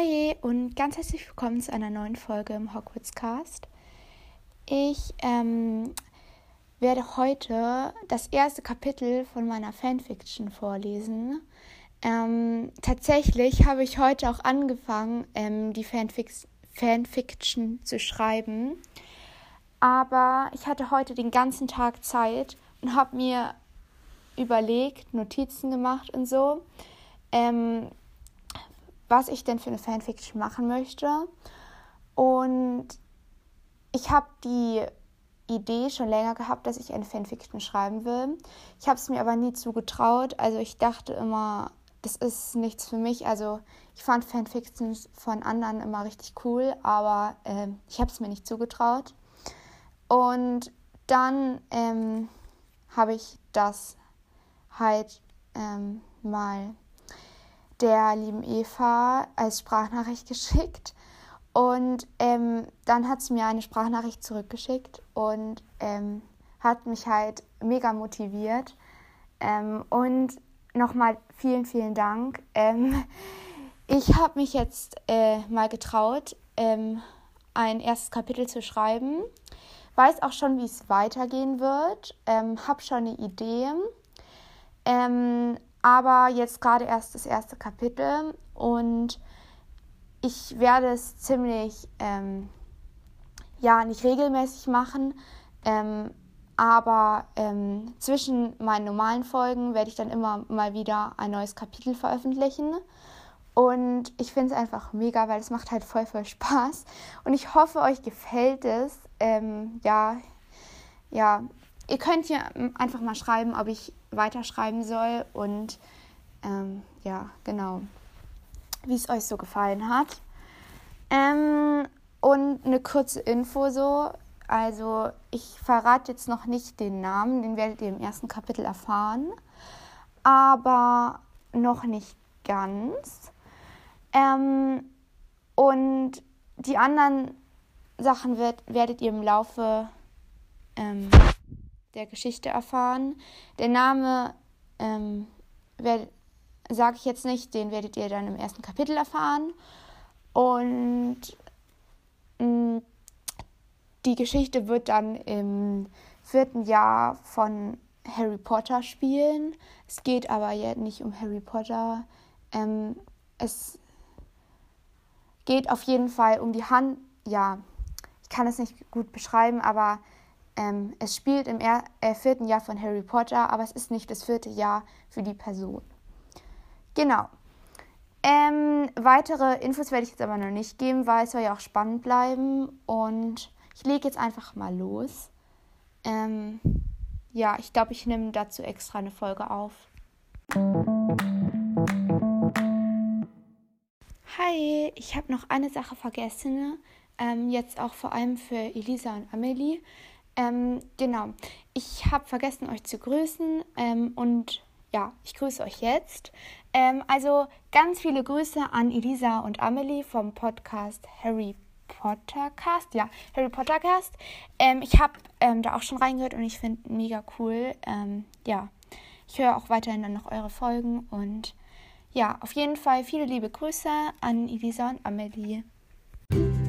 Hi und ganz herzlich willkommen zu einer neuen Folge im Hogwarts Cast. Ich werde heute das erste Kapitel von meiner Fanfiction vorlesen. Tatsächlich habe ich heute auch angefangen, die Fanfiction zu schreiben. Aber ich hatte heute den ganzen Tag Zeit und habe mir überlegt, Notizen gemacht und so, was ich denn für eine Fanfiction machen möchte. Und ich habe die Idee schon länger gehabt, dass ich eine Fanfiction schreiben will. Ich habe es mir aber nie zugetraut. Also ich dachte immer, das ist nichts für mich. Also ich fand Fanfictions von anderen immer richtig cool, aber ich habe es mir nicht zugetraut. Und dann habe ich das halt mal der lieben Eva als Sprachnachricht geschickt. Und dann hat sie mir eine Sprachnachricht zurückgeschickt und hat mich halt mega motiviert. Und nochmal vielen, vielen Dank. Ich habe mich jetzt mal getraut, ein erstes Kapitel zu schreiben. Weiß auch schon, wie es weitergehen wird. Habe schon eine Idee. Aber jetzt gerade erst das erste Kapitel und ich werde es ziemlich, nicht regelmäßig machen, aber zwischen meinen normalen Folgen werde ich dann immer mal wieder ein neues Kapitel veröffentlichen. Und ich finde es einfach mega, weil es macht halt voll Spaß. Und ich hoffe, euch gefällt es. Ihr könnt hier einfach mal schreiben, ob ich weiterschreiben soll und wie es euch so gefallen hat. Und eine kurze Info so, also ich verrate jetzt noch nicht den Namen, den werdet ihr im ersten Kapitel erfahren, aber noch nicht ganz. Und die anderen Sachen werdet ihr im Laufe der Geschichte erfahren. Der Name sage ich jetzt nicht, den werdet ihr dann im ersten Kapitel erfahren. Und die Geschichte wird dann im 4. Jahr von Harry Potter spielen. Es geht aber ja nicht um Harry Potter. Es geht auf jeden Fall um die Hand. Ja, ich kann es nicht gut beschreiben, aber es spielt im 4. Jahr von Harry Potter, aber es ist nicht das 4. Jahr für die Person. Genau. Weitere Infos werde ich jetzt aber noch nicht geben, weil es soll ja auch spannend bleiben. Und ich lege jetzt einfach mal los. Ich glaube, ich nehme dazu extra eine Folge auf. Hi, ich habe noch eine Sache vergessen. Jetzt auch vor allem für Elisa und Amelie. Ich habe vergessen, euch zu grüßen ich grüße euch jetzt. Also ganz viele Grüße an Elisa und Amelie vom Podcast Harry Potter Cast. Ja, Harry Potter Cast. Ich habe da auch schon reingehört und ich finde mega cool. Ich höre auch weiterhin dann noch eure Folgen und ja, auf jeden Fall viele liebe Grüße an Elisa und Amelie.